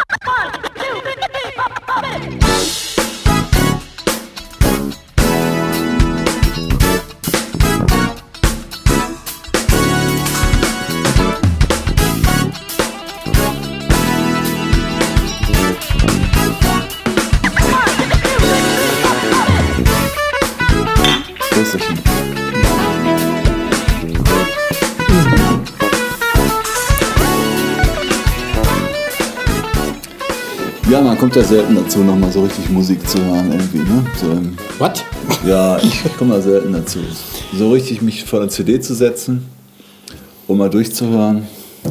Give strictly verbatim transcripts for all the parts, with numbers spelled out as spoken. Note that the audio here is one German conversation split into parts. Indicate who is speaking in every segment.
Speaker 1: Ja, man kommt ja selten dazu, nochmal so richtig Musik zu hören irgendwie, ne? So
Speaker 2: Was?
Speaker 1: Ja, ich komme da selten dazu. So richtig mich vor eine C D zu setzen, um mal durchzuhören.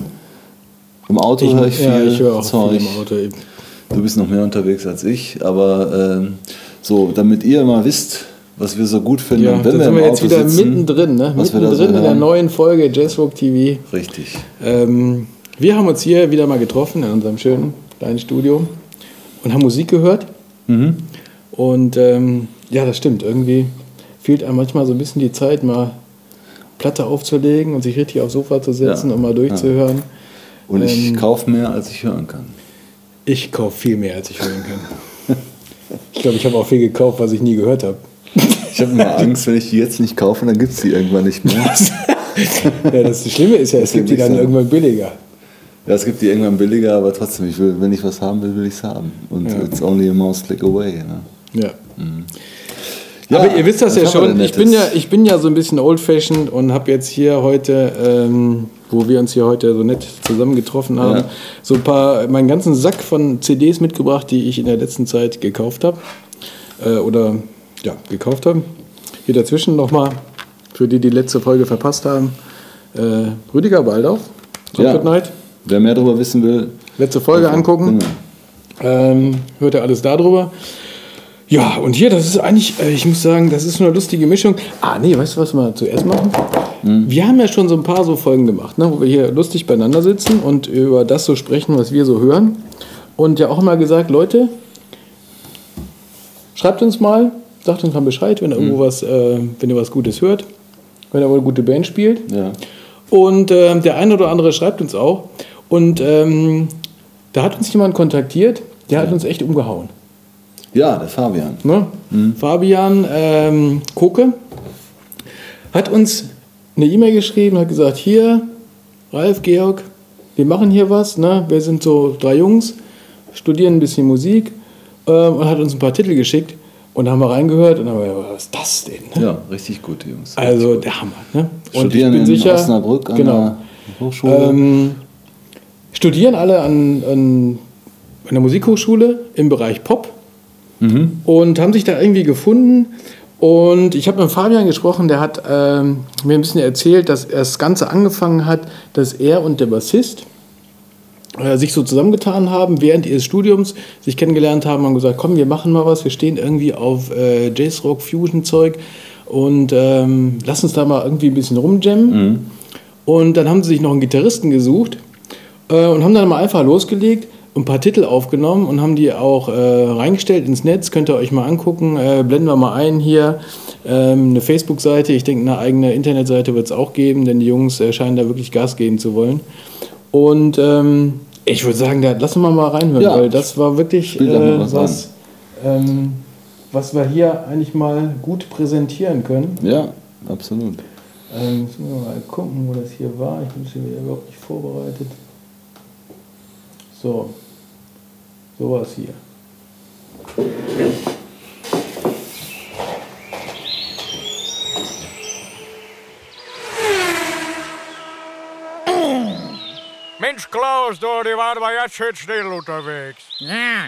Speaker 1: Im Auto höre ich viel
Speaker 2: ja, ich höre auch
Speaker 1: Zeug.
Speaker 2: viel im Auto eben.
Speaker 1: Du bist noch mehr unterwegs als ich, aber ähm, so, damit ihr mal wisst, was wir so gut finden,
Speaker 2: Ja,
Speaker 1: wenn
Speaker 2: da
Speaker 1: wir
Speaker 2: sind
Speaker 1: im
Speaker 2: wir jetzt
Speaker 1: Auto
Speaker 2: wieder
Speaker 1: sitzen,
Speaker 2: mittendrin, ne?
Speaker 1: was wir da so
Speaker 2: Mittendrin in der
Speaker 1: hören.
Speaker 2: neuen Folge Jazzrock T V.
Speaker 1: Richtig.
Speaker 2: Ähm, wir haben uns hier wieder mal getroffen in unserem schönen kleinen Studio und haben Musik gehört.
Speaker 1: Mhm.
Speaker 2: Und ähm, ja, das stimmt. Irgendwie fehlt einem manchmal so ein bisschen die Zeit, mal Platte aufzulegen und sich richtig aufs Sofa zu setzen
Speaker 1: Ja,
Speaker 2: und mal durchzuhören.
Speaker 1: Und ich
Speaker 2: Ähm,
Speaker 1: kaufe mehr, als ich hören kann.
Speaker 2: Ich kaufe viel mehr, als ich hören kann. Ich glaube, ich habe auch viel gekauft, was ich nie gehört habe.
Speaker 1: Ich habe immer Angst, wenn ich die jetzt nicht kaufe, dann gibt es die irgendwann nicht mehr.
Speaker 2: Ja, das Schlimme ist ja, es gibt die dann irgendwann billiger.
Speaker 1: Ja, es gibt die irgendwann billiger, aber trotzdem, ich will, wenn ich was haben will, will ich es haben. Und
Speaker 2: Ja.
Speaker 1: it's only a mouse click away. Ne?
Speaker 2: Ja.
Speaker 1: Mhm. Ja,
Speaker 2: Aber ihr wisst das
Speaker 1: was
Speaker 2: ja
Speaker 1: haben wir
Speaker 2: schon,
Speaker 1: denn
Speaker 2: ich bin ja,
Speaker 1: Nettes?
Speaker 2: ich bin ja so ein bisschen old-fashioned und habe jetzt hier heute, ähm, wo wir uns hier heute so nett zusammen getroffen haben,
Speaker 1: Ja.
Speaker 2: so ein paar, meinen ganzen Sack von C Ds mitgebracht, die ich in der letzten Zeit gekauft habe. Äh, oder, ja, gekauft habe. Hier dazwischen nochmal, für die, die letzte Folge verpasst haben, äh, Rüdiger Baldauf, Trumpet
Speaker 1: Ja.
Speaker 2: Night.
Speaker 1: Wer mehr darüber wissen will,
Speaker 2: Letzte Folge
Speaker 1: okay,
Speaker 2: angucken.
Speaker 1: Genau.
Speaker 2: Ähm, hört ihr alles darüber. Ja, und hier, das ist eigentlich, äh, ich muss sagen, das ist so eine lustige Mischung. Ah, nee, weißt du, was wir zuerst machen? Wir haben ja schon so ein paar so Folgen gemacht, ne, wo wir hier lustig beieinander sitzen und über das so sprechen, was wir so hören. Und ja auch immer gesagt, Leute, schreibt uns mal, sagt uns mal Bescheid, wenn ihr irgendwo was, äh, wenn ihr was Gutes hört, wenn ihr wohl eine gute Band spielt.
Speaker 1: Ja.
Speaker 2: Und äh, der eine oder andere schreibt uns auch. Und ähm, da hat uns jemand kontaktiert, der hat uns echt umgehauen.
Speaker 1: ja, der Fabian.
Speaker 2: Ne? Fabian ähm, Koke hat uns eine E-Mail geschrieben, hat gesagt, hier, Ralf, Georg, wir machen hier was. Ne? Wir sind so drei Jungs, studieren ein bisschen Musik ähm, und hat uns ein paar Titel geschickt. Und da haben wir reingehört und dann haben wir gedacht, was ist das denn? Ne?
Speaker 1: Ja, richtig gut, Jungs.
Speaker 2: Also der Hammer. Ne? Und
Speaker 1: Studieren
Speaker 2: ich bin
Speaker 1: in
Speaker 2: sicher,
Speaker 1: Osnabrück an
Speaker 2: genau,
Speaker 1: der Hochschule.
Speaker 2: ähm, studieren alle an, an, an der Musikhochschule im Bereich Pop
Speaker 1: Mhm.
Speaker 2: und haben sich da irgendwie gefunden. Und ich habe mit Fabian gesprochen, der hat ähm, mir ein bisschen erzählt, dass er das Ganze angefangen hat, dass er und der Bassist äh, sich so zusammengetan haben, während ihres Studiums sich kennengelernt haben und gesagt, komm, wir machen mal was, wir stehen irgendwie auf äh, Jazzrock-Fusion-Zeug und ähm, lass uns da mal irgendwie ein bisschen rumjammen.
Speaker 1: Mhm.
Speaker 2: Und dann haben sie sich noch einen Gitarristen gesucht äh, und haben dann mal einfach losgelegt, ein paar Titel aufgenommen und haben die auch äh, reingestellt ins Netz. Könnt ihr euch mal angucken. Äh, blenden wir mal ein hier. Ähm, eine Facebook-Seite. Ich denke, eine eigene Internetseite wird es auch geben, denn die Jungs äh, scheinen da wirklich Gas geben zu wollen. Und ähm, ich würde sagen, da lassen wir mal reinhören,
Speaker 1: Ja.
Speaker 2: weil das war wirklich
Speaker 1: Spiel doch mal
Speaker 2: äh,
Speaker 1: was
Speaker 2: was, ähm, was wir hier eigentlich mal gut präsentieren können.
Speaker 1: Ja, absolut.
Speaker 2: Ähm, müssen wir mal gucken, wo das hier war. Ich bin schon wieder überhaupt nicht vorbereitet. So, sowas hier.
Speaker 3: Mensch Klaus, du, die waren aber jetzt schön schnell unterwegs.
Speaker 4: Ja.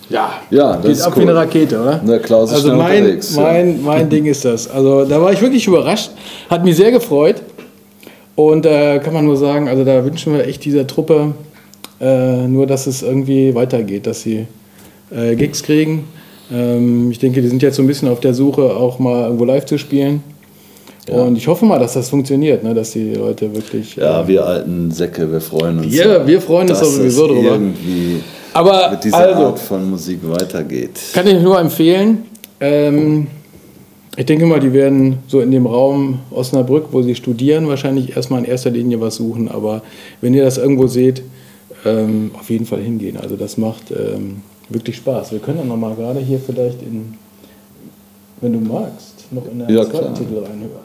Speaker 2: Ja,
Speaker 1: Ja, das
Speaker 2: geht
Speaker 1: ist
Speaker 2: ab
Speaker 1: cool.
Speaker 2: wie eine Rakete, oder?
Speaker 1: Der Klaus ist
Speaker 2: also
Speaker 1: schnell
Speaker 2: mein,
Speaker 1: unterwegs, ja.
Speaker 2: mein, mein Ding ist das. Also da war ich wirklich überrascht, hat mich sehr gefreut und äh, kann man nur sagen, also da wünschen wir echt dieser Truppe äh, nur, dass es irgendwie weitergeht, dass sie äh, Gigs kriegen. Ähm, ich denke, die sind jetzt so ein bisschen auf der Suche, auch mal irgendwo live zu spielen. Ja. Und ich hoffe mal, dass das funktioniert, ne, dass die Leute wirklich...
Speaker 1: Ja,
Speaker 2: äh,
Speaker 1: wir alten Säcke, wir freuen uns.
Speaker 2: Ja, wir freuen uns
Speaker 1: dass
Speaker 2: auch sowieso
Speaker 1: es
Speaker 2: drüber.
Speaker 1: irgendwie
Speaker 2: Aber
Speaker 1: mit dieser
Speaker 2: also,
Speaker 1: Art von Musik weitergeht.
Speaker 2: kann ich nur empfehlen. Ähm, ich denke mal, die werden so in dem Raum Osnabrück, wo sie studieren, wahrscheinlich erstmal in erster Linie was suchen. Aber wenn ihr das irgendwo seht, ähm, auf jeden Fall hingehen. Also das macht ähm, wirklich Spaß. Wir können dann nochmal gerade hier vielleicht in, wenn du magst, noch in den
Speaker 1: Ja,
Speaker 2: zweiten
Speaker 1: klar.
Speaker 2: Titel reinhören.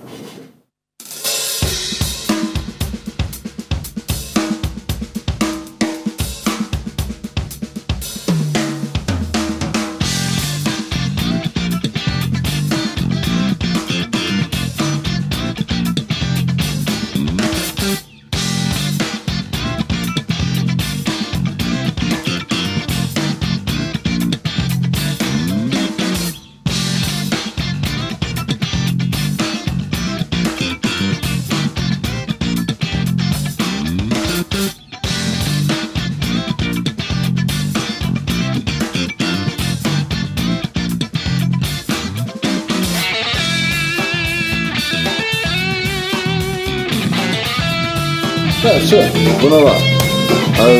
Speaker 1: Ja, schön. Wunderbar. Also,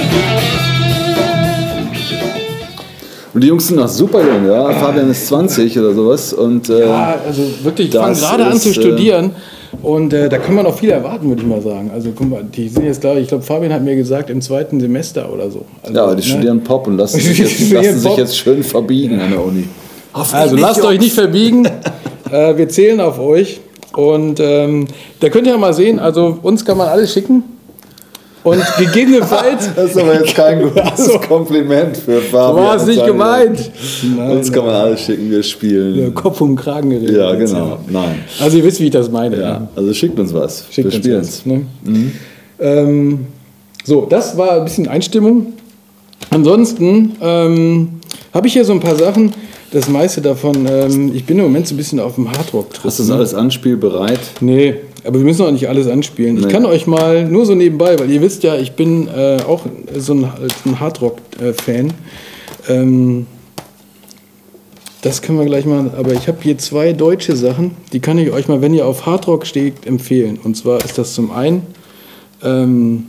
Speaker 1: und die Jungs sind noch super jung, ja. Fabian ist zwanzig oder sowas. Und, äh,
Speaker 2: Ja, also wirklich, ich fange
Speaker 1: das
Speaker 2: gerade an
Speaker 1: ist,
Speaker 2: zu
Speaker 1: äh,
Speaker 2: studieren und äh, da kann man auch viel erwarten, würde ich mal sagen. Also guck mal, die sind jetzt, glaube ich, ich glaube, Fabian hat mir gesagt, im zweiten Semester oder so. Also,
Speaker 1: ja, aber die
Speaker 2: ne?
Speaker 1: studieren Pop und lassen
Speaker 2: Die
Speaker 1: sich jetzt,
Speaker 2: studieren
Speaker 1: lassen sich
Speaker 2: Pop.
Speaker 1: jetzt schön verbiegen an der Uni.
Speaker 2: Also lasst euch nicht verbiegen, äh, wir zählen auf euch und ähm, da könnt ihr ja mal sehen, also uns kann man alles schicken und gegebenenfalls...
Speaker 1: Das ist aber jetzt kein gutes
Speaker 2: Ach so.
Speaker 1: Kompliment für
Speaker 2: So
Speaker 1: Fabian.
Speaker 2: war es
Speaker 1: und
Speaker 2: nicht
Speaker 1: seine-
Speaker 2: gemeint. Nein,
Speaker 1: Uns kann man alles schicken, wir spielen.
Speaker 2: nein. Kopf um Kragen geredet.
Speaker 1: Ja,
Speaker 2: jetzt,
Speaker 1: genau. Nein.
Speaker 2: Also ihr wisst, wie ich das meine.
Speaker 1: Ja, also schickt uns was.
Speaker 2: Schickt
Speaker 1: wir
Speaker 2: uns
Speaker 1: spielen
Speaker 2: was, ne? ähm, so, das war ein bisschen Einstimmung. Ansonsten ähm, habe ich hier so ein paar Sachen. Das meiste davon, ähm, ich bin im Moment so ein bisschen auf dem Hardrock-Trip.
Speaker 1: Ist das alles anspielbereit?
Speaker 2: Nee, aber wir müssen auch nicht alles anspielen. Ich
Speaker 1: Nee.
Speaker 2: kann euch mal nur so nebenbei, weil ihr wisst ja, ich bin äh, auch so ein, ein Hardrock-Fan. Ähm, das können wir gleich mal, aber ich habe hier zwei deutsche Sachen, die kann ich euch mal, wenn ihr auf Hardrock steht, empfehlen. Und zwar ist das zum einen ähm,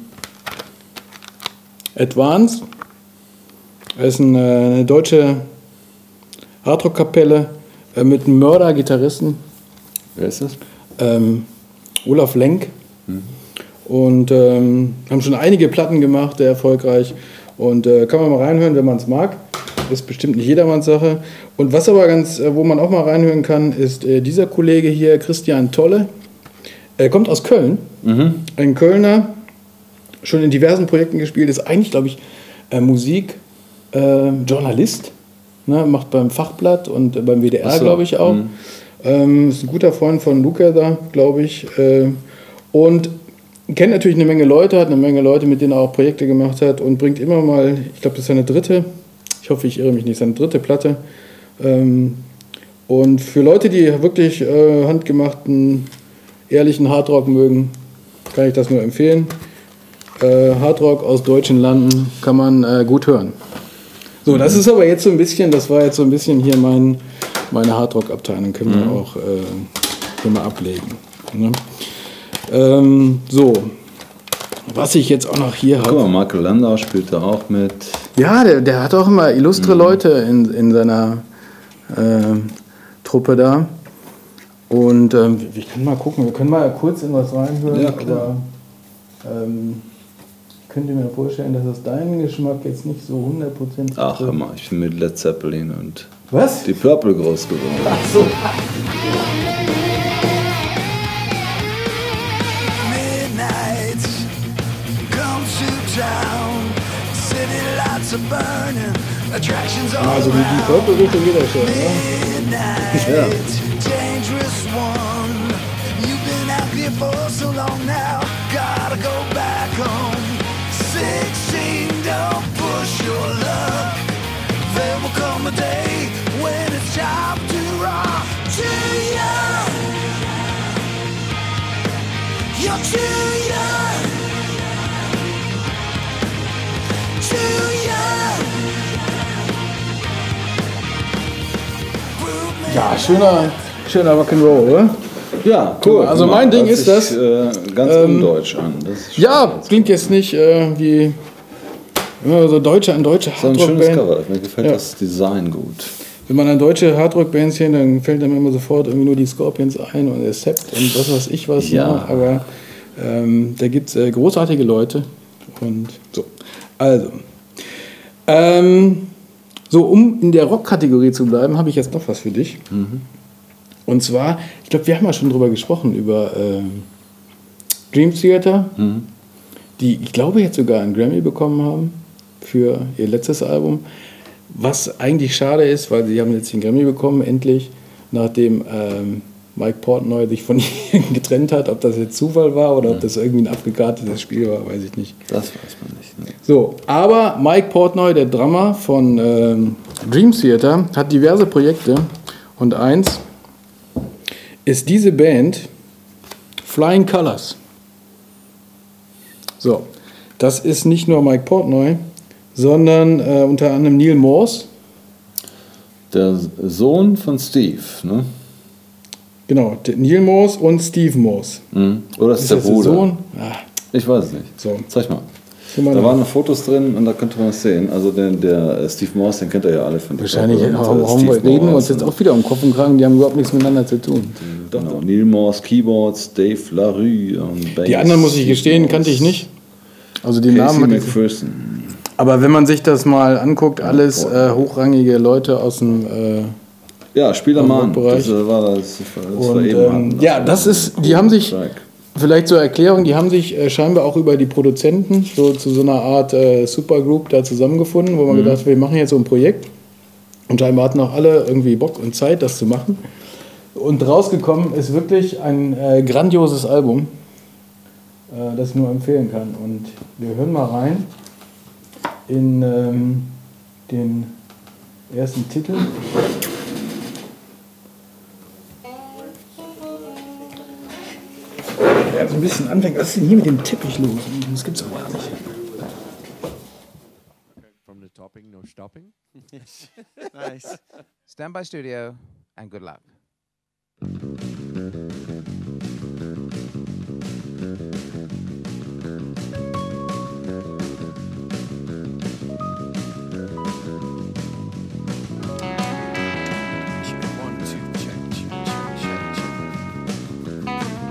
Speaker 2: Advance. Das ist eine, eine deutsche Hardrock-Kapelle äh, mit einem Mörder-Gitarristen.
Speaker 1: Wer ist das?
Speaker 2: Ähm, Olaf Lenk. Und ähm, haben schon einige Platten gemacht, sehr erfolgreich. Und äh, kann man mal reinhören, wenn man es mag. Ist bestimmt nicht jedermanns Sache. Und was aber ganz, äh, wo man auch mal reinhören kann, ist äh, dieser Kollege hier, Christian Tolle. Er kommt aus Köln. Ein Kölner, schon in diversen Projekten gespielt, ist eigentlich, glaube ich, äh, Musikjournalist. Äh, Journalist. Ne, macht beim Fachblatt und äh, beim W D R,
Speaker 1: Ach so.
Speaker 2: glaube ich, auch. Ähm, ist ein guter Freund von Luca da, glaube ich. Äh, und kennt natürlich eine Menge Leute, hat eine Menge Leute, mit denen er auch Projekte gemacht hat und bringt immer mal, ich glaube, das ist seine dritte, ich hoffe, ich irre mich nicht, seine dritte Platte. Ähm, und für Leute, die wirklich äh, handgemachten, ehrlichen Hardrock mögen, kann ich das nur empfehlen. Äh, Hardrock aus deutschen Landen kann man äh, gut hören. So, das ist aber jetzt so ein bisschen, das war jetzt so ein bisschen hier mein, meine Hardrock-Abteilung, können wir auch äh, hier mal ablegen. Ne? Ähm, so, was ich jetzt auch noch hier
Speaker 1: Guck mal,
Speaker 2: habe.
Speaker 1: Marco Landau spielt da auch mit.
Speaker 2: Ja, der, der hat auch immer illustre Leute in, in seiner äh, Truppe da. Und ähm, wir können mal gucken, wir können mal kurz in was reinhören.
Speaker 1: Ja, klar.
Speaker 2: Aber ähm, könnt ihr mir vorstellen, dass das deinen Geschmack jetzt nicht so hundertprozentig
Speaker 1: Ach,
Speaker 2: trifft?
Speaker 1: hör mal, ich bin mit Led Zeppelin und
Speaker 2: Was?
Speaker 1: die Purple groß geworden.
Speaker 2: Ach so.
Speaker 4: Midnight comes to town. City lights are burning. Attractions all
Speaker 2: Also die, die
Speaker 4: around.
Speaker 2: Purple-Richtung wieder schön, ne?
Speaker 4: Midnight,
Speaker 1: Ja.
Speaker 4: dangerous one. You've been out here for so long now. Gotta go back home. Sixteen, don't push your luck.
Speaker 2: Ja, schöner, schöner Rock'n'Roll, oder?
Speaker 1: Ja, cool.
Speaker 2: Also mein Ding ist das.
Speaker 1: Äh, ganz
Speaker 2: ähm,
Speaker 1: undeutsch an. Das ist
Speaker 2: Ja, klingt jetzt nicht äh, wie immer so deutsche an deutsche
Speaker 1: so ein schönes
Speaker 2: Hardrock-Band.
Speaker 1: Cover. Mir gefällt
Speaker 2: Ja.
Speaker 1: das Design gut.
Speaker 2: Wenn man an deutsche Hardrock-Bands sieht, dann fällt einem immer sofort irgendwie nur die Scorpions ein und Accept und was weiß ich was.
Speaker 1: Ja.
Speaker 2: Ne? Aber ähm, da gibt es äh, großartige Leute. Und so. Also. Ähm, so, um in der Rock-Kategorie zu bleiben, habe ich jetzt noch was für dich.
Speaker 1: Mhm.
Speaker 2: Und zwar, ich glaube, wir haben ja schon drüber gesprochen, über ähm, Dream Theater,
Speaker 1: Mhm.
Speaker 2: die, ich glaube, jetzt sogar einen Grammy bekommen haben für ihr letztes Album. Was eigentlich schade ist, weil sie haben jetzt den Grammy bekommen, endlich, nachdem ähm, Mike Portnoy sich von ihnen getrennt hat. Ob das jetzt Zufall war oder ob das irgendwie ein abgekartetes Spiel war, weiß ich nicht.
Speaker 1: Das weiß man nicht. Ne?
Speaker 2: So, aber Mike Portnoy, der Drummer von ähm, Dream Theater, hat diverse Projekte und eins ist diese Band Flying Colors. So, das ist nicht nur Mike Portnoy, sondern äh, unter anderem Neil Morse.
Speaker 1: Der Sohn von Steve, ne?
Speaker 2: Genau, der Neil Morse und Steve Morse.
Speaker 1: Mhm. Oder ist,
Speaker 2: Ist
Speaker 1: der
Speaker 2: das der
Speaker 1: Bruder?
Speaker 2: Sohn? Ah,
Speaker 1: Ich weiß es nicht.
Speaker 2: So.
Speaker 1: Zeig mal.
Speaker 2: guck mal
Speaker 1: Da
Speaker 2: nach.
Speaker 1: waren noch Fotos drin und da könnte man es sehen. Also den, der äh, Steve Morse, den kennt ihr ja alle von der
Speaker 2: Wahrscheinlich
Speaker 1: Gruppe. Und, äh,
Speaker 2: warum, warum
Speaker 1: Steve
Speaker 2: reden wir uns
Speaker 1: Morse
Speaker 2: jetzt
Speaker 1: und-
Speaker 2: auch wieder um Kopf und Kragen, die haben überhaupt nichts miteinander zu tun.
Speaker 1: Genau. Neil Morse, Keyboards, Dave LaRue und Bass.
Speaker 2: Die anderen, muss ich
Speaker 1: Steve
Speaker 2: gestehen,
Speaker 1: Morse,
Speaker 2: kannte ich nicht. Also die
Speaker 1: Casey
Speaker 2: Namen hatte ich.
Speaker 1: McPherson.
Speaker 2: Aber wenn man sich das mal anguckt, alles äh, hochrangige Leute aus dem äh,
Speaker 1: Ja, Spielermann.
Speaker 2: Rockbereich.
Speaker 1: Das äh, war das. Das war
Speaker 2: und
Speaker 1: eben
Speaker 2: ähm,
Speaker 1: an.
Speaker 2: ja,
Speaker 1: war
Speaker 2: das
Speaker 1: ein
Speaker 2: ist, die haben sich,
Speaker 1: Track.
Speaker 2: vielleicht zur Erklärung, die haben sich äh, scheinbar auch über die Produzenten so zu so einer Art äh, Supergroup da zusammengefunden, wo man gedacht hat, wir machen jetzt so ein Projekt und scheinbar hatten auch alle irgendwie Bock und Zeit, das zu machen. Und rausgekommen ist wirklich ein äh, grandioses Album, äh, das ich nur empfehlen kann. Und wir hören mal rein in ähm, den ersten Titel. Ja, so ein bisschen anfängt. Was ist denn hier mit dem Teppich los? Das gibt's doch gar nicht.
Speaker 5: From the topping, no stopping.
Speaker 6: Nice. Stand by studio and good luck. One, two, check, check, check, check, check.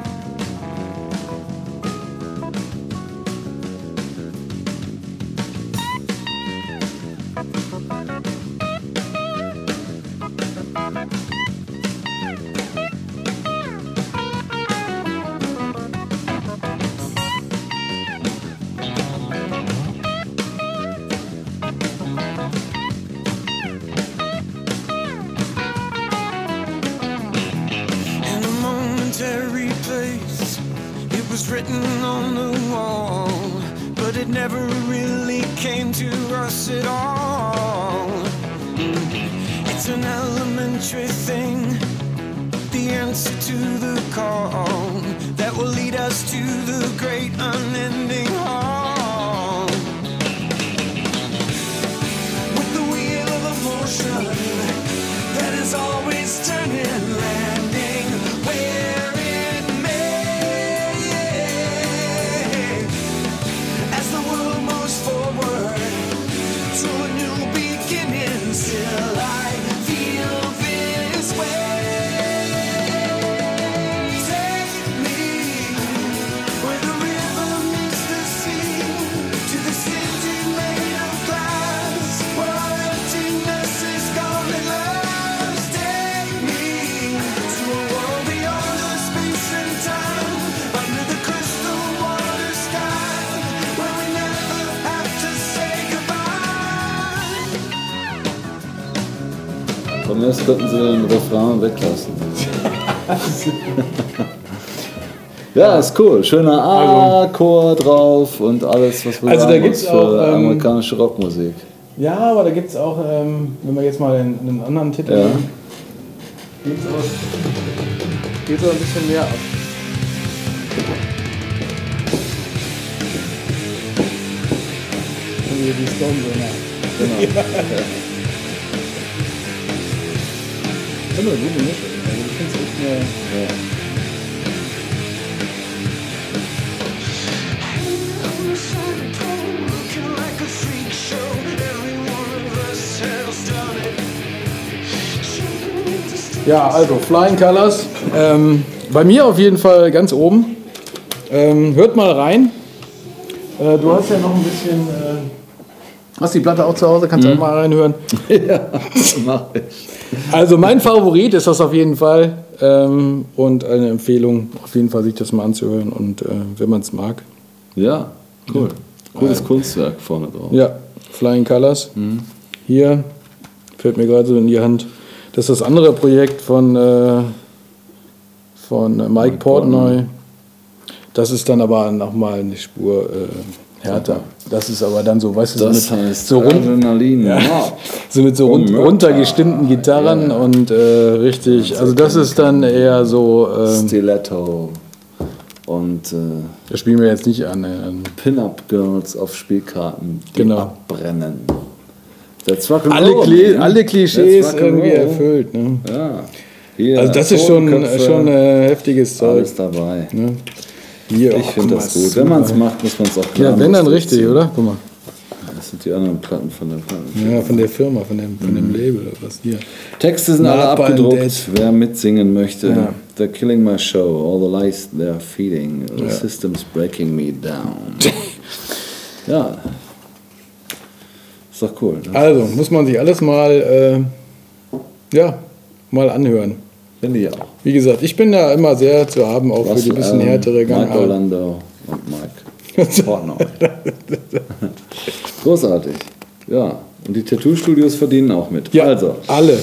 Speaker 4: In a momentary place, it was written on the wall, but it never really came to us at all. It's an elementary thing, the answer to the call that will lead us to the great unending hall. With the wheel of emotion that is always turning, landing where it may. As the world moves forward to a new beginning, still I feel this way. Take me where the river meets the sea, to the city made of glass, where our emptiness is gone at last. Take me to a world beyond the space and time, under the crystal water sky, where we never have to say goodbye.
Speaker 1: Von mir aus könnten sie den Refrain weglassen. Ja, ist cool. Schöner A-Chor drauf und alles, was wir
Speaker 2: Also da
Speaker 1: sagen
Speaker 2: gibt's
Speaker 1: muss für
Speaker 2: auch, ähm,
Speaker 1: amerikanische Rockmusik.
Speaker 2: Ja, aber da gibt es auch, ähm, wenn wir jetzt mal einen, einen anderen Titel
Speaker 1: Ja.
Speaker 2: nehmen, geht's auch, geht's auch ein bisschen mehr ab. Also die Stone so nah.
Speaker 1: Genau.
Speaker 2: Immer eine gute Mischung. Also ich finde es echt eine,
Speaker 1: Ja.
Speaker 2: Ja, also Flying Colors. Ähm, bei mir auf jeden Fall ganz oben. Ähm, hört mal rein. Äh, du hast ja noch ein bisschen. Äh, hast die Platte auch zu Hause? Kannst du auch mal reinhören.
Speaker 1: Ja, mach ich.
Speaker 2: Also mein Favorit ist das auf jeden Fall. Ähm, und eine Empfehlung, auf jeden Fall sich das mal anzuhören. Und äh, wenn man es mag.
Speaker 1: Ja, cool. Cooles Kunstwerk vorne drauf.
Speaker 2: Ja, Flying Colors. Hier fällt mir gerade so in die Hand. Das ist das andere Projekt von, äh, von Mike, Mike Portnoy. Das ist dann aber nochmal eine Spur äh, härter. Das ist aber dann so, weißt du, so
Speaker 1: Das
Speaker 2: mit,
Speaker 1: heißt
Speaker 2: so, rund,
Speaker 1: Adrenalin.
Speaker 2: ja,
Speaker 1: Ja.
Speaker 2: so mit so rund,
Speaker 1: Mörder.
Speaker 2: runtergestimmten Gitarren
Speaker 1: Ja.
Speaker 2: und äh, richtig, also das ist dann eher so, ähm,
Speaker 1: Stiletto und äh,
Speaker 2: das spielen wir jetzt nicht an. Äh,
Speaker 1: Pin-Up-Girls auf Spielkarten, die
Speaker 2: Genau.
Speaker 1: abbrennen. That's rock and
Speaker 2: alle,
Speaker 1: roll,
Speaker 2: Kli
Speaker 1: man.
Speaker 2: alle Klischees
Speaker 1: That's rock and
Speaker 2: irgendwie
Speaker 1: roll.
Speaker 2: erfüllt. Ne?
Speaker 1: Ja. Hier,
Speaker 2: Also das ist schon,
Speaker 1: Totenköpfe,
Speaker 2: schon äh, heftiges Zeug.
Speaker 1: alles dabei.
Speaker 2: Ne? Hier,
Speaker 1: Ich
Speaker 2: oh,
Speaker 1: finde
Speaker 2: guck
Speaker 1: das
Speaker 2: mal,
Speaker 1: gut. Wenn man es
Speaker 2: super.
Speaker 1: macht, muss man es auch klar
Speaker 2: Ja, wenn dann richtig, oder? Guck mal.
Speaker 1: Das sind die anderen Platten von der Platte.
Speaker 2: Ja, von der Firma, von dem, von dem Label oder was hier.
Speaker 1: Texte sind alle
Speaker 2: Napalm
Speaker 1: abgedruckt.
Speaker 2: Dead.
Speaker 1: Wer mitsingen möchte.
Speaker 2: Ja.
Speaker 1: They're killing my show. All the lies they're feeding. The system's breaking me down. Ja. Ist doch cool. Ne?
Speaker 2: Also, muss man sich alles mal, äh, ja, mal anhören.
Speaker 1: Finde ich auch.
Speaker 2: Wie gesagt, ich bin da immer sehr zu haben, auch für die
Speaker 1: Russell
Speaker 2: bisschen
Speaker 1: Allen,
Speaker 2: härtere
Speaker 1: Mike
Speaker 2: Gangart.
Speaker 1: Orlando und Mike Portnoy. Großartig. Ja. Und die Tattoo-Studios verdienen auch mit.
Speaker 2: Ja,
Speaker 1: Also,
Speaker 2: alle.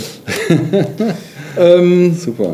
Speaker 2: ähm,
Speaker 1: super.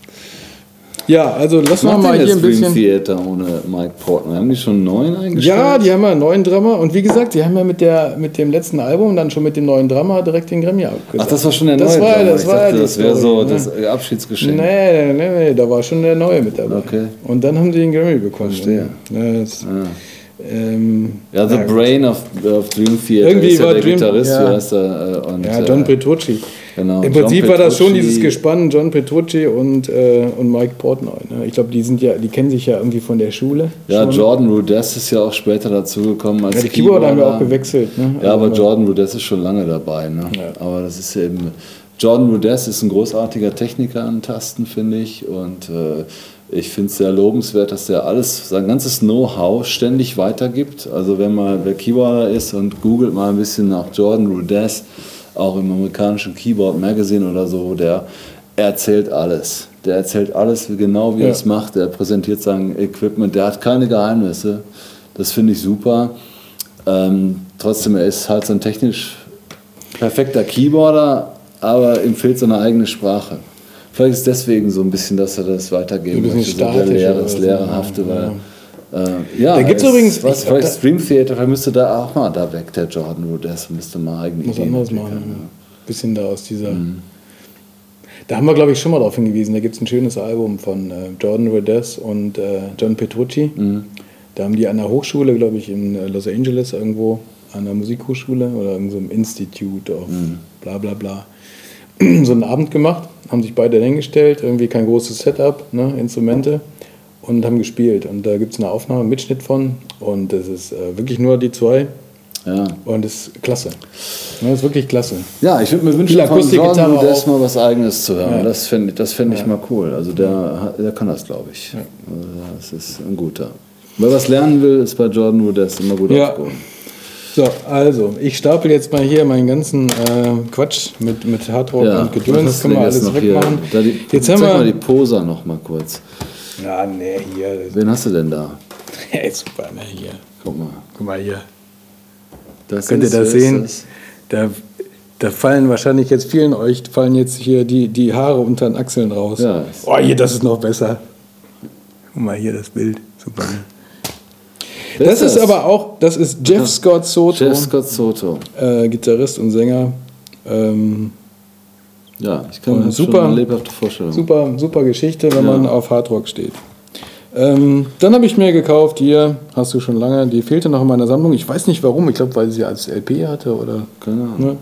Speaker 2: ja, also lass
Speaker 1: Was
Speaker 2: mal
Speaker 1: macht
Speaker 2: mal
Speaker 1: denn
Speaker 2: hier
Speaker 1: das
Speaker 2: ein
Speaker 1: Dream
Speaker 2: bisschen.
Speaker 1: Theater ohne Mike Portnoy? Haben die schon einen neuen eingestellt?
Speaker 2: Ja, die haben ja einen neuen Drummer und wie gesagt, die haben ja mit, der, mit dem letzten Album dann schon mit dem neuen Drummer direkt den Grammy abgesagt.
Speaker 1: Ach, das war schon der
Speaker 2: das
Speaker 1: neue
Speaker 2: war,
Speaker 1: Drummer.
Speaker 2: das
Speaker 1: Ich
Speaker 2: war
Speaker 1: dachte,
Speaker 2: die
Speaker 1: das wäre so
Speaker 2: Story, ne?
Speaker 1: das Abschiedsgeschenk.
Speaker 2: Nee, nee, nee, nee, da war schon der neue mit dabei.
Speaker 1: Okay.
Speaker 2: Und dann haben sie den Grammy bekommen.
Speaker 1: Verstehe.
Speaker 2: Ja, das, ähm,
Speaker 1: Ja, The
Speaker 2: ja,
Speaker 1: Brain of, of Dream Theater
Speaker 2: Irgendwie
Speaker 1: ist ja
Speaker 2: war
Speaker 1: der
Speaker 2: Dream-
Speaker 1: Gitarrist,
Speaker 2: ja.
Speaker 1: wie heißt er? äh, Und,
Speaker 2: ja, John
Speaker 1: äh,
Speaker 2: Petrucci.
Speaker 1: genau,
Speaker 2: Im
Speaker 1: John
Speaker 2: Prinzip war das schon
Speaker 1: Petrucci.
Speaker 2: dieses Gespann, John Petrucci und, äh, und Mike Portnoy. Ne? Ich glaube, die sind ja, die kennen sich ja irgendwie von der Schule.
Speaker 1: Ja,
Speaker 2: schon.
Speaker 1: Jordan Rudess ist ja auch später dazugekommen als
Speaker 2: Ja, die Keyboarder haben ja auch
Speaker 1: Keyboarder.
Speaker 2: gewechselt. Ne?
Speaker 1: Ja, aber
Speaker 2: Also,
Speaker 1: Jordan Rudess ist schon lange dabei. Ne?
Speaker 2: Ja.
Speaker 1: Aber das ist eben. Jordan Rudess ist ein großartiger Techniker an Tasten, finde ich. Und äh, ich finde es sehr lobenswert, dass er alles, sein ganzes Know-how ständig weitergibt. Also wenn man wer Keyboarder ist und googelt mal ein bisschen nach Jordan Rudess, auch im amerikanischen Keyboard Magazine oder so, der erzählt alles. Der erzählt alles genau, wie
Speaker 2: Ja.
Speaker 1: er es macht. Der präsentiert sein Equipment. Der hat keine Geheimnisse. Das finde ich super. Ähm, trotzdem, er ist halt so ein technisch perfekter Keyboarder, aber ihm fehlt so eine eigene Sprache. Vielleicht ist deswegen so ein bisschen, dass er das weitergeben
Speaker 2: Ein bisschen
Speaker 1: möchte, so der
Speaker 2: statisch
Speaker 1: Lehrer,
Speaker 2: oder
Speaker 1: das
Speaker 2: so.
Speaker 1: Lehrerhafte, weil
Speaker 2: Ja.
Speaker 1: äh, ja,
Speaker 2: Da gibt's
Speaker 1: es-
Speaker 2: übrigens-
Speaker 1: was
Speaker 2: ich-
Speaker 1: vielleicht
Speaker 2: da-
Speaker 1: Stream Theater, vielleicht müsste da auch mal da weg, der Jordan Rudess, müsste mal eigene
Speaker 2: muss
Speaker 1: Ideen
Speaker 2: anders
Speaker 1: entwickeln,
Speaker 2: machen. Ein bisschen da aus dieser. Da haben wir, glaube ich, schon mal darauf hingewiesen. Da gibt es ein schönes Album von äh, Jordan Rudess und äh, John Petrucci. Da haben die an der Hochschule, glaube ich, in äh, Los Angeles irgendwo, an der Musikhochschule oder in so einem Institute of bla bla bla, so einen Abend gemacht, haben sich beide hingestellt, irgendwie kein großes Setup, ne, Instrumente und haben gespielt. Und da gibt es eine Aufnahme, einen Mitschnitt von und das ist äh, wirklich nur die zwei
Speaker 1: Ja.
Speaker 2: und das ist klasse. Ja, das ist wirklich klasse.
Speaker 1: Ja, ich würde mir wünschen,
Speaker 2: Viel
Speaker 1: von
Speaker 2: Akustikgitarre
Speaker 1: Jordan Rudess
Speaker 2: auch.
Speaker 1: mal was Eigenes zu hören.
Speaker 2: Ja.
Speaker 1: Das fände das fänd ich
Speaker 2: Ja.
Speaker 1: mal cool. Also der, hat- der kann das, glaube ich. Also das ist ein guter. Wer was lernen will, ist bei Jordan Rudess immer gut
Speaker 2: Ja.
Speaker 1: aufgehoben.
Speaker 2: So, also, ich stapel jetzt mal hier meinen ganzen äh, Quatsch mit, mit Hardrock
Speaker 1: Ja,
Speaker 2: und
Speaker 1: was
Speaker 2: Gedöns.
Speaker 1: hast du
Speaker 2: Können wir
Speaker 1: denn jetzt
Speaker 2: alles
Speaker 1: noch hier?
Speaker 2: wegmachen.
Speaker 1: Da die,
Speaker 2: Jetzt
Speaker 1: zeig
Speaker 2: haben wir.
Speaker 1: mal die Poser noch mal kurz.
Speaker 2: Ja, nee, hier.
Speaker 1: Wen hast du denn da?
Speaker 2: Hey, super, ne, hier.
Speaker 1: Guck mal.
Speaker 2: Guck mal hier.
Speaker 1: Das
Speaker 2: Könnt ihr
Speaker 1: ist-
Speaker 2: das
Speaker 1: wer ist
Speaker 2: sehen?
Speaker 1: das?
Speaker 2: Da, da fallen wahrscheinlich jetzt vielen euch fallen jetzt hier die, die Haare unter den Achseln raus.
Speaker 1: Ja.
Speaker 2: Oh, hier, das ist noch besser. Guck mal hier das Bild. Super. Ne?
Speaker 1: Wer
Speaker 2: Das ist aber auch, das ist Jeff Scott Soto,
Speaker 1: Jeff Scott Soto.
Speaker 2: äh, Gitarrist und Sänger. Ähm,
Speaker 1: Ja, ich kann
Speaker 2: Und
Speaker 1: mir
Speaker 2: super-
Speaker 1: schon eine lebhafte Vorstellung.
Speaker 2: Super, super Geschichte, wenn
Speaker 1: Ja.
Speaker 2: man auf Hardrock steht. Ähm, dann habe ich mir gekauft, hier, hast du schon lange, die fehlte noch in meiner Sammlung. Ich weiß nicht warum, ich glaube, weil sie als L P hatte oder.
Speaker 1: Keine Ahnung.
Speaker 2: Ne?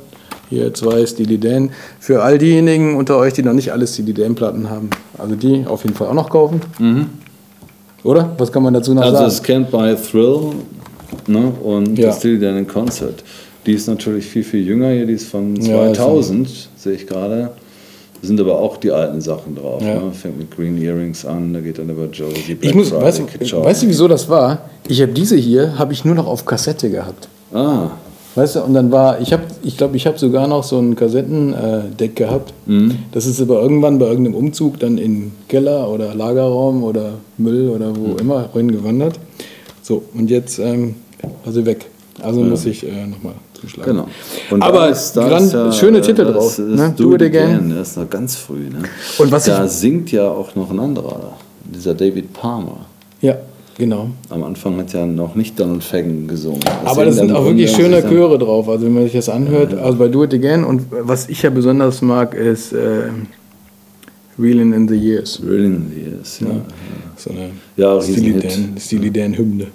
Speaker 2: Hier zwei Steely Dan. Für all diejenigen unter euch, die noch nicht alle Steely Dan-Platten haben, also die auf jeden Fall auch noch kaufen.
Speaker 1: Mhm.
Speaker 2: Oder? Was kann man dazu noch
Speaker 1: Also
Speaker 2: sagen?
Speaker 1: es Can't Buy a Thrill, ne? Und
Speaker 2: Ja.
Speaker 1: das Steely Dan in Concert. Die ist natürlich viel, viel jünger hier, die ist von
Speaker 2: Ja,
Speaker 1: zweitausend, sehe ich gerade. Da sind aber auch die alten Sachen drauf.
Speaker 2: Ja.
Speaker 1: Ne? Fängt mit Green Earrings an, da geht dann über Josie, Black
Speaker 2: Ich muss,
Speaker 1: Friday,
Speaker 2: weißt,
Speaker 1: Kid
Speaker 2: du,
Speaker 1: Charlie.
Speaker 2: weißt du, wieso das war? Ich habe diese hier, habe ich nur noch auf Kassette gehabt.
Speaker 1: Ah,
Speaker 2: Weißt du, und dann war, ich habe, ich glaube, ich habe sogar noch so ein Kassettendeck gehabt. Das ist aber irgendwann bei irgendeinem Umzug dann in Keller oder Lagerraum oder Müll oder wo immer reingewandert. So, und jetzt, ähm, also weg. Also muss ich äh, nochmal zuschlagen.
Speaker 1: genau. Und
Speaker 2: Aber
Speaker 1: da ist, da
Speaker 2: grand-
Speaker 1: ist ja,
Speaker 2: schöne Titel
Speaker 1: das,
Speaker 2: drauf,
Speaker 1: Das,
Speaker 2: ne?
Speaker 1: Do, It Again. Das ist noch ganz früh. Ne?
Speaker 2: Und was
Speaker 1: da
Speaker 2: ich-
Speaker 1: singt ja auch noch ein anderer, dieser David Palmer.
Speaker 2: Ja, genau.
Speaker 1: Am Anfang hat ja noch nicht Donald Fagen gesungen.
Speaker 2: Aber das
Speaker 1: singen
Speaker 2: sind
Speaker 1: dann
Speaker 2: auch wirklich
Speaker 1: Wunder
Speaker 2: schöne
Speaker 1: zusammen.
Speaker 2: Chöre drauf. Also wenn man sich das anhört, also bei Do It Again. Und was ich ja besonders mag, ist äh, Reelin' in the Years.
Speaker 1: Really in the Years, ja.
Speaker 2: Ja. So eine
Speaker 1: Ja,
Speaker 2: Steely
Speaker 1: Riesenhit.
Speaker 2: Dan, Steely Dan Hymne.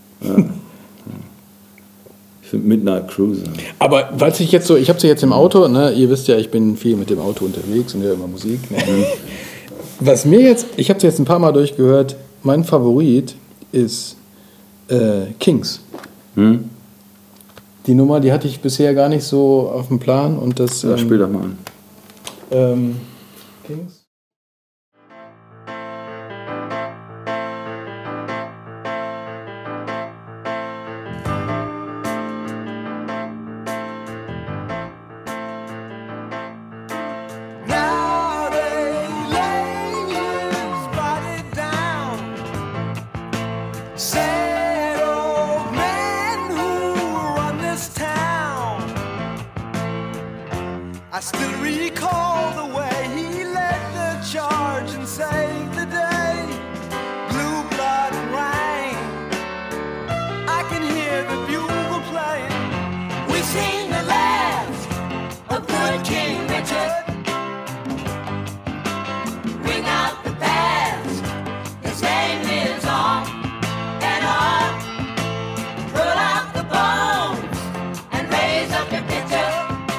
Speaker 1: Ich finde Midnight Cruiser.
Speaker 2: Aber was ich jetzt so, ich habe sie jetzt im Auto, ne, ihr wisst ja, ich bin viel mit dem Auto unterwegs und höre immer Musik. Ne. Was mir jetzt, ich habe sie jetzt ein paar Mal durchgehört, mein Favorit ist äh, Kings.
Speaker 1: Hm?
Speaker 2: Die Nummer, die hatte ich bisher gar nicht so auf dem Plan und das
Speaker 1: Ja,
Speaker 2: ähm,
Speaker 1: spiel doch mal an.
Speaker 2: ähm, Kings.
Speaker 4: Now they lay you spotted down. Sad old men who run this town. I still recall the way he led the charge and saved the day. Blue blood rang. I can hear the bugle playing. We've seen the last of good King Richard. Bring out the past, his name lives on and on. Pull out the bones and raise up your picture.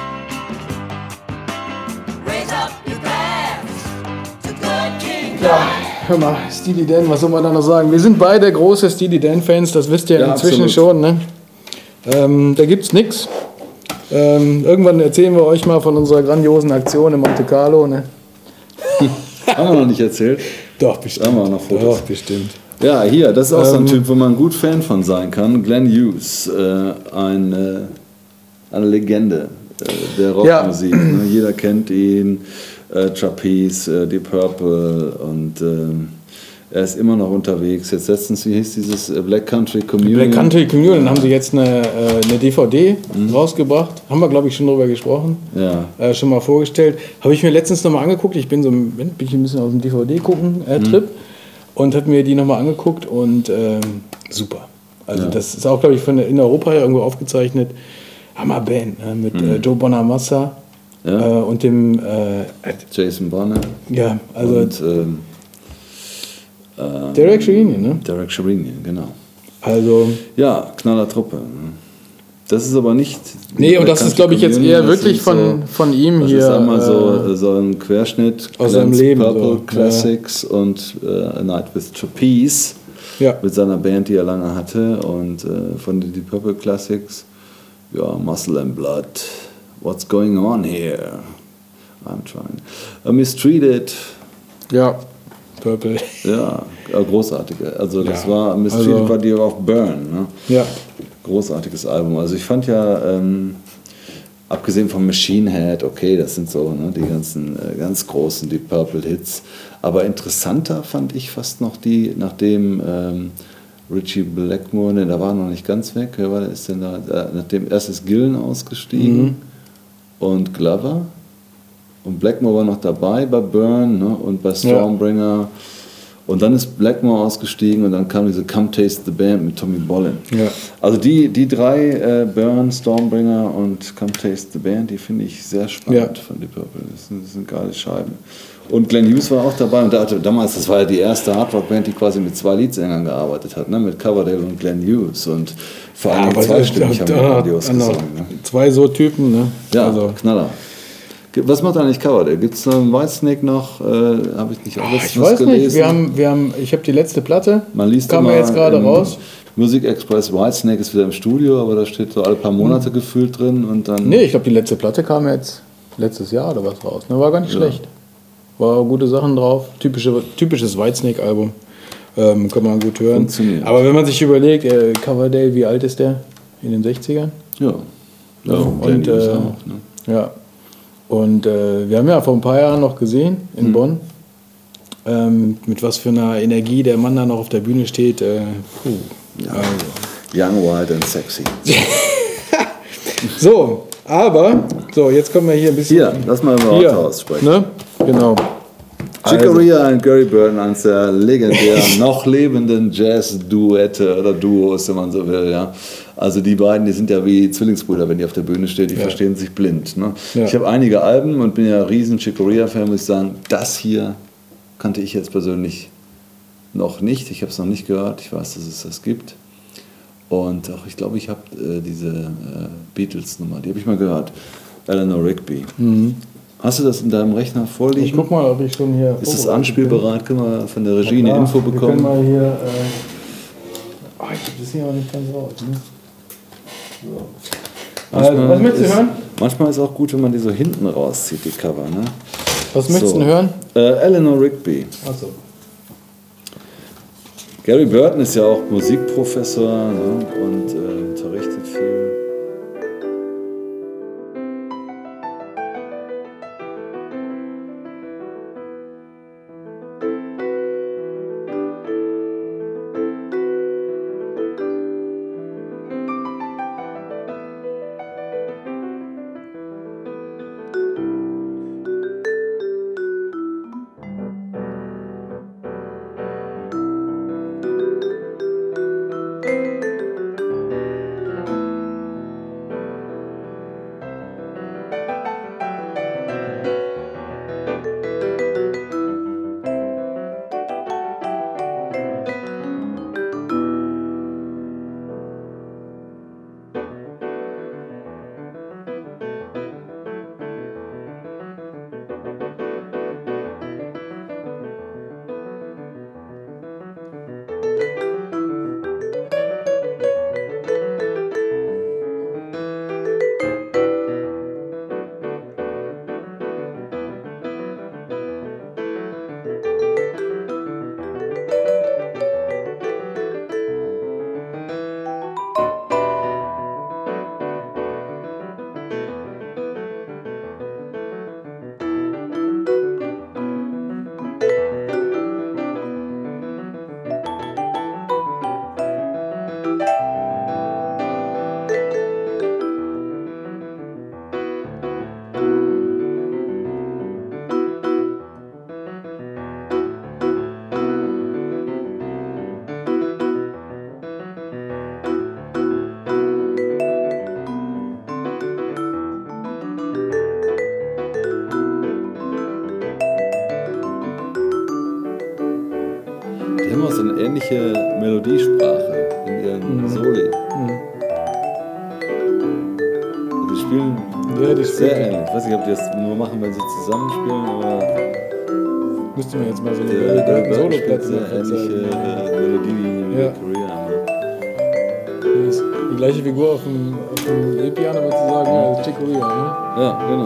Speaker 4: Raise up your glass to good King.
Speaker 2: Ja, hör mal, Steely Dan, was soll man da noch sagen? Wir sind beide große Steely Dan-Fans, das wisst ihr
Speaker 1: Ja,
Speaker 2: inzwischen
Speaker 1: absolut.
Speaker 2: schon. Ne? Ähm, da gibt's nichts. Ähm, irgendwann erzählen wir euch mal von unserer grandiosen Aktion in Monte Carlo. Ne?
Speaker 1: Haben wir noch nicht erzählt?
Speaker 2: Doch, bestimmt.
Speaker 1: Da haben wir auch noch Fotos.
Speaker 2: Doch, bestimmt.
Speaker 1: Ja, hier, das ist auch so ein
Speaker 2: Ähm,
Speaker 1: Typ, wo man gut Fan von sein kann. Glenn Hughes, äh, ein, äh, eine Legende äh, der Rockmusik. Ne? Jeder kennt ihn, äh, Trapeze, äh, Deep Purple und ähm, er ist immer noch unterwegs. Jetzt letztens, wie hieß dieses äh, Black Country Communion?
Speaker 2: Black Country Communion haben sie jetzt eine, äh, eine D V D rausgebracht. Haben wir, glaube ich, schon drüber gesprochen.
Speaker 1: Ja.
Speaker 2: Äh, schon mal vorgestellt. Habe ich mir letztens nochmal angeguckt. Ich bin so ein, bin ich ein bisschen aus dem D V D-Gucken-Trip und habe mir die nochmal angeguckt und ähm, super. Also
Speaker 1: Ja.
Speaker 2: das ist auch, glaube ich, von der, in Europa ja irgendwo aufgezeichnet. Hammerband, ne? Mit äh, Joe Bonamassa
Speaker 1: Ja.
Speaker 2: äh, und dem äh,
Speaker 1: Jason Bonner
Speaker 2: ja, also
Speaker 1: und ähm,
Speaker 2: Derek Sherinian, ne?
Speaker 1: Derek Sherinian, genau.
Speaker 2: Also
Speaker 1: Ja, knaller Truppe. Das ist aber nicht.
Speaker 2: nee, und das ist, glaube ich, jetzt eher
Speaker 1: Das
Speaker 2: wirklich
Speaker 1: sind
Speaker 2: von, von ihm
Speaker 1: Das
Speaker 2: hier.
Speaker 1: ist einmal so,
Speaker 2: äh,
Speaker 1: so ein Querschnitt
Speaker 2: aus seinem
Speaker 1: Glenn's
Speaker 2: Leben,
Speaker 1: Purple
Speaker 2: so,
Speaker 1: Classics und äh, A Night with Trapeze
Speaker 2: ja.
Speaker 1: mit seiner Band, die er lange hatte. Und äh, von den Deep Purple Classics, ja, Muscle and Blood, What's Going On Here? I'm trying. Uh, Mistreated,
Speaker 2: Ja, Purple.
Speaker 1: ja, äh, großartige. Also das
Speaker 2: Ja,
Speaker 1: war Mistreated
Speaker 2: also-
Speaker 1: war die auf Burn. Ne?
Speaker 2: Ja.
Speaker 1: Großartiges Album. Also ich fand ja, ähm, abgesehen von Machine Head, okay, das sind so ne, die ganzen äh, ganz großen Deep Purple Hits. Aber interessanter fand ich fast noch die, nachdem ähm, Richie Blackmore, ne, da war er noch nicht ganz weg, wer war der, ist denn da, äh, nachdem erst ist Gillen ausgestiegen und Glover. Und Blackmore war noch dabei bei Burn, ne, und bei Stormbringer. Und dann ist Blackmore ausgestiegen und dann kam diese Come Taste the Band mit Tommy Bolin.
Speaker 2: Ja.
Speaker 1: Also die, die drei, äh, Burn, Stormbringer und Come Taste the Band, die finde ich sehr spannend
Speaker 2: Ja.
Speaker 1: von Deep Purple. Das sind, das sind geile Scheiben. Und Glenn Hughes war auch dabei und der hatte, damals, das war ja die erste Hardrock-Band, die quasi mit zwei Leadsängern gearbeitet hat, ne? Mit Coverdale und Glenn Hughes. Und vor allem
Speaker 2: aber
Speaker 1: zweistimmig haben die
Speaker 2: da-
Speaker 1: grandios
Speaker 2: da-
Speaker 1: gesungen. Ne?
Speaker 2: zwei so Typen, ne?
Speaker 1: Ja,
Speaker 2: also,
Speaker 1: Knaller. Ge- Was macht eigentlich Coverdale? Gibt es einen Whitesnake noch? Äh, habe ich nicht auch
Speaker 2: ich
Speaker 1: letztens
Speaker 2: weiß
Speaker 1: gelesen.
Speaker 2: nicht, wir haben, wir haben, ich habe die letzte Platte,
Speaker 1: Man liest
Speaker 2: kam
Speaker 1: immer
Speaker 2: ja jetzt gerade
Speaker 1: im
Speaker 2: raus.
Speaker 1: Musikexpress, Whitesnake ist wieder im Studio, aber da steht so alle paar Monate
Speaker 2: Hm.
Speaker 1: gefühlt drin und dann.
Speaker 2: Nee, ich glaube, die letzte Platte kam jetzt letztes Jahr oder was raus. Ne, war gar nicht
Speaker 1: Ja.
Speaker 2: schlecht. War gute Sachen drauf. Typische, typisches Whitesnake-Album. Ähm, kann man gut hören.
Speaker 1: Funktioniert.
Speaker 2: Aber wenn man sich überlegt, äh, Coverdale, wie alt ist der? In den sechzigern?
Speaker 1: Ja. Ja,
Speaker 2: und,
Speaker 1: und,
Speaker 2: äh,
Speaker 1: auch, ne?
Speaker 2: Ja. Und äh, wir haben ja vor ein paar Jahren noch gesehen in
Speaker 1: Hm.
Speaker 2: Bonn, ähm, mit was für einer Energie der Mann da noch auf der Bühne steht. Äh, puh. Also.
Speaker 1: Young, wild and sexy.
Speaker 2: So, aber, so, jetzt kommen wir hier ein bisschen.
Speaker 1: Hier, lass mal über
Speaker 2: Hier,
Speaker 1: Autohaus sprechen.
Speaker 2: ne? Genau.
Speaker 1: Chick Corea und Gary Burton, eines der legendären, noch lebenden Jazz-Duette oder Duos, wenn man so will. Ja. Also die beiden, die sind ja wie Zwillingsbrüder, wenn die auf der Bühne stehen, die
Speaker 2: Ja.
Speaker 1: verstehen sich blind. Ne?
Speaker 2: Ja.
Speaker 1: Ich habe einige Alben und bin ja riesen Chick Corea-Fan, muss ich sagen. Das hier kannte ich jetzt persönlich noch nicht. Ich habe es noch nicht gehört. Ich weiß, dass es das gibt. Und auch, ich glaube, ich habe äh, diese äh, Beatles-Nummer, die habe ich mal gehört. Eleanor Rigby. Hast du das in deinem Rechner vorliegen?
Speaker 2: Ich guck mal, ob ich schon hier.
Speaker 1: Ist es
Speaker 2: vorbereitet
Speaker 1: anspielbereit? Können wir von der
Speaker 2: bin.
Speaker 1: Regie eine
Speaker 2: Ja,
Speaker 1: Info
Speaker 2: Wir können
Speaker 1: bekommen?
Speaker 2: mal hier. Äh, oh, ich krieg das hier auch nicht ganz raus. Ne? So. Also, was möchtest du
Speaker 1: ist,
Speaker 2: hören?
Speaker 1: Manchmal ist es auch gut, wenn man die so hinten rauszieht, die Cover. Ne?
Speaker 2: Was möchtest
Speaker 1: So.
Speaker 2: du hören?
Speaker 1: Äh, Eleanor Rigby.
Speaker 2: Achso.
Speaker 1: Gary Burton ist ja auch Musikprofessor, ne? Und äh, unterrichtet viel. Die haben auch so eine ähnliche Melodiesprache in ihren Soli. Die spielen
Speaker 2: Ja, die
Speaker 1: sehr
Speaker 2: spielen.
Speaker 1: ähnlich. Ich weiß nicht, ob die das nur machen, wenn sie zusammenspielen, aber
Speaker 2: Müsste man jetzt mal so eine
Speaker 1: der
Speaker 2: Gary
Speaker 1: Gary
Speaker 2: Burton
Speaker 1: Burton spielt
Speaker 2: Solo-Platte
Speaker 1: sehr
Speaker 2: noch
Speaker 1: ähnliche
Speaker 2: erzählen.
Speaker 1: äh, Melodielinie wie
Speaker 2: Ja.
Speaker 1: Korea. Ne?
Speaker 2: Das ist die gleiche Figur auf dem, auf dem E-Piano, würdest du sagen, ja, das ist Chick Corea, ne?
Speaker 1: Ja, genau.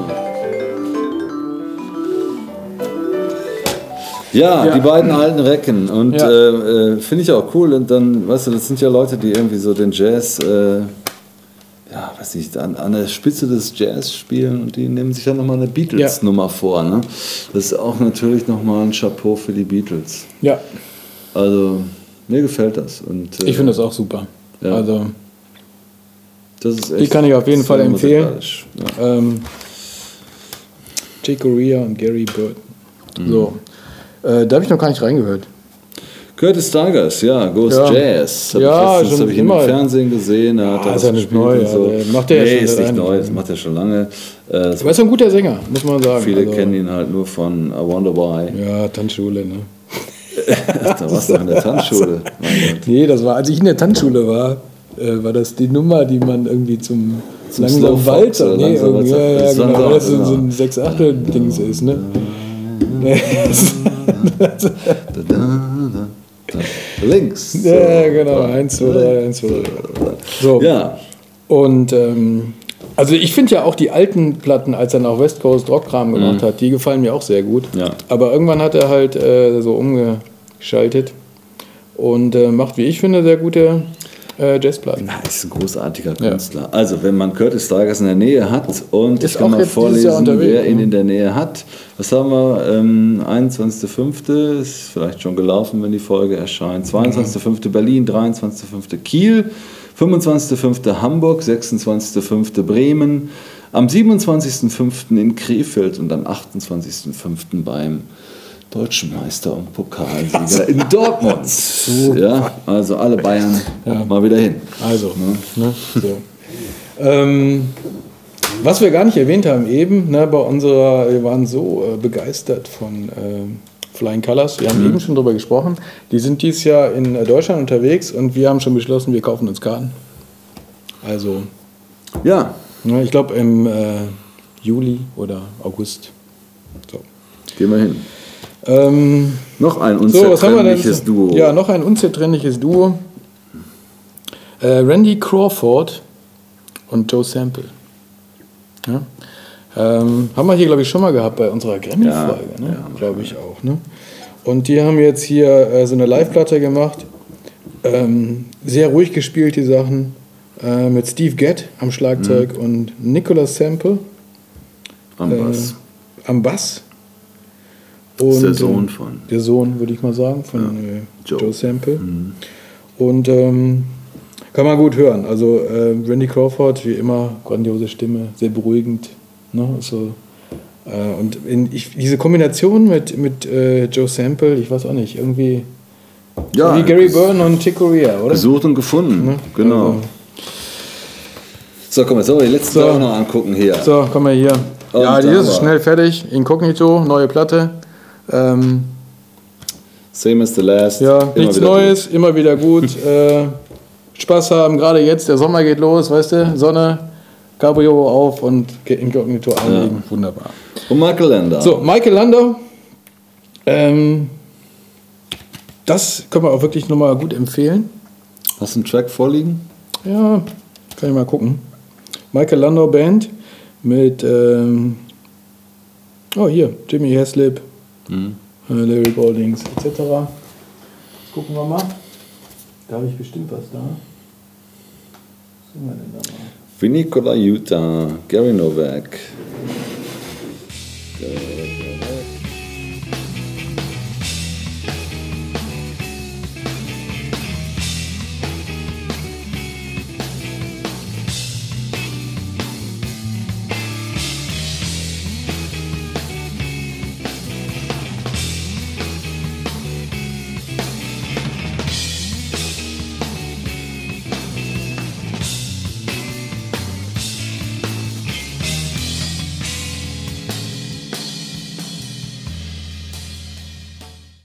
Speaker 1: Ja,
Speaker 2: Ja.
Speaker 1: die beiden alten Recken. Und
Speaker 2: Ja.
Speaker 1: äh, äh, finde ich auch cool. Und dann, weißt du, das sind ja Leute, die irgendwie so den Jazz, äh, ja, weiß nicht, an, an der Spitze des Jazz spielen und die nehmen sich dann nochmal eine Beatles-Nummer vor. Ne? Das ist auch natürlich nochmal ein Chapeau für die Beatles.
Speaker 2: Ja,
Speaker 1: Also, mir gefällt das. Und, äh,
Speaker 2: ich finde das auch super.
Speaker 1: Ja.
Speaker 2: Also,
Speaker 1: das ist echt
Speaker 2: die kann ich auf jeden Fall
Speaker 1: sehr
Speaker 2: empfehlen.
Speaker 1: musikalisch. Ja.
Speaker 2: ähm, Chick Corea und Gary Burton.
Speaker 1: Mhm.
Speaker 2: So, äh, da habe ich noch gar nicht reingehört.
Speaker 1: Curtis Stigers, ja, Ghost
Speaker 2: Ja.
Speaker 1: Jazz. Hab
Speaker 2: Ja,
Speaker 1: ich letztens
Speaker 2: schon
Speaker 1: habe ich ihn
Speaker 2: immer.
Speaker 1: im Fernsehen gesehen. Er hat
Speaker 2: Ah,
Speaker 1: da
Speaker 2: ist
Speaker 1: was
Speaker 2: ja nicht
Speaker 1: gespielt
Speaker 2: neu,
Speaker 1: und so.
Speaker 2: also macht er ja
Speaker 1: nee,
Speaker 2: schon
Speaker 1: ist
Speaker 2: seit
Speaker 1: nicht
Speaker 2: einem-
Speaker 1: neu, das macht er schon lange. Äh, das
Speaker 2: Aber er ist ein guter Sänger, muss man sagen.
Speaker 1: viele
Speaker 2: also,
Speaker 1: kennen ihn halt nur von I Wonder Why.
Speaker 2: Ja, Tanzschule, ne?
Speaker 1: Da warst du noch in der Tanzschule. Mein Gott.
Speaker 2: Nee, das war, als ich in der Tanzschule war, äh, war das die Nummer, die man irgendwie zum,
Speaker 1: zum
Speaker 2: langsam
Speaker 1: Slowfox
Speaker 2: Walzer.
Speaker 1: oder
Speaker 2: Nee,
Speaker 1: langsam
Speaker 2: irgendwie, ja, ja,
Speaker 1: Das war
Speaker 2: genau,
Speaker 1: so,
Speaker 2: weil das so,
Speaker 1: genau.
Speaker 2: so ein sechs Achtel Dings ist, ne?
Speaker 1: Da, da, da, da. Links. So.
Speaker 2: Ja, genau. eins, zwei, drei, eins, zwei, drei. So.
Speaker 1: Ja,
Speaker 2: Und ähm, also ich finde ja auch die alten Platten, als er noch West Coast Rockkram gemacht hat, die gefallen mir auch sehr gut.
Speaker 1: Ja.
Speaker 2: Aber irgendwann hat er halt äh, so umgeschaltet und äh, macht, wie ich finde, sehr gute äh, Jazzplatten.
Speaker 1: er ist ein großartiger Künstler. Also, wenn man Curtis Stigers in der Nähe hat und
Speaker 2: Ist
Speaker 1: ich kann
Speaker 2: auch
Speaker 1: mal
Speaker 2: jetzt dieses Jahr
Speaker 1: vorlesen,
Speaker 2: unterwegs,
Speaker 1: wer ihn
Speaker 2: ne?
Speaker 1: in der Nähe hat. Was haben wir? Ähm, einundzwanzigster fünfte ist vielleicht schon gelaufen, wenn die Folge erscheint. zweiundzwanzigster fünfte Berlin, dreiundzwanzigster fünfte Kiel, fünfundzwanzigster fünfte Hamburg, sechsundzwanzigster fünfte Bremen, am siebenundzwanzigster fünfte in Krefeld und am achtundzwanzigster fünfte beim Deutschen Meister und Pokalsieger in Dortmund. Ja, also alle Bayern mal wieder hin.
Speaker 2: Also, ne? So. ähm, was wir gar nicht erwähnt haben eben, ne, bei unserer, wir waren so äh, begeistert von äh, Flying Colors, wir haben eben schon drüber gesprochen, die sind dieses Jahr in äh, Deutschland unterwegs und wir haben schon beschlossen, wir kaufen uns Karten. Also,
Speaker 1: Ja,
Speaker 2: ne, ich glaube im äh, Juli oder August. So.
Speaker 1: gehen wir hin.
Speaker 2: Ähm,
Speaker 1: Noch ein
Speaker 2: So, was haben wir denn?
Speaker 1: unzertrennliches Duo.
Speaker 2: Ja, noch ein unzertrennliches Duo. Äh, Randy Crawford und Joe Sample. Ja? Ähm, haben wir hier, glaube ich, schon mal gehabt bei unserer Grammy-Folge,
Speaker 1: Ja,
Speaker 2: ne?
Speaker 1: ja,
Speaker 2: glaube ich auch. Ne? Und die haben jetzt hier äh, so eine Live-Platte gemacht. Ähm, sehr ruhig gespielt, die Sachen. Äh, mit Steve Gadd am Schlagzeug
Speaker 1: Mhm.
Speaker 2: und Nicholas Sample
Speaker 1: Am Bass.
Speaker 2: äh, am Bass.
Speaker 1: Das ist der
Speaker 2: Und,
Speaker 1: Sohn
Speaker 2: äh,
Speaker 1: von.
Speaker 2: Der Sohn, würde ich mal sagen, von
Speaker 1: Ja,
Speaker 2: äh,
Speaker 1: Joe.
Speaker 2: Joe. Sample. Und ähm, kann man gut hören. Also äh, Randy Crawford, wie immer, grandiose Stimme, sehr beruhigend. Ne? So, äh, und in, ich, diese Kombination mit, mit äh, Joe Sample, ich weiß auch nicht, irgendwie
Speaker 1: Ja,
Speaker 2: wie Gary
Speaker 1: ges-
Speaker 2: Byrne und Chick Corea, oder?
Speaker 1: Gesucht und gefunden.
Speaker 2: Ne?
Speaker 1: Genau.
Speaker 2: Also,
Speaker 1: So, komm, jetzt sollen wir die letzten
Speaker 2: So.
Speaker 1: Sachen noch angucken hier.
Speaker 2: so, komm mal hier.
Speaker 1: Und
Speaker 2: ja, die
Speaker 1: da
Speaker 2: ist
Speaker 1: war-
Speaker 2: schnell fertig. Inkognito, neue Platte. Ähm,
Speaker 1: Same as the last.
Speaker 2: Ja,
Speaker 1: Immer
Speaker 2: nichts
Speaker 1: wieder
Speaker 2: Neues, immer wieder gut. äh, Spaß haben, gerade jetzt, der Sommer geht los, weißt du, Sonne, Cabrio auf und Inkognito einlegen. Wunderbar.
Speaker 1: gut. Und Michael Lander.
Speaker 2: So, Michael Landau, ähm, das können wir auch wirklich nochmal gut empfehlen.
Speaker 1: Hast du einen Track vorliegen?
Speaker 2: Ja, kann ich mal gucken. Michael Landau Band mit, ähm, oh hier, Jimmy Haslip, äh, Larry Goldings et cetera. Gucken wir mal. Da habe ich bestimmt was da. Was sind wir denn da mal?
Speaker 1: Vinny Colaiuta, Gary Novak. Äh,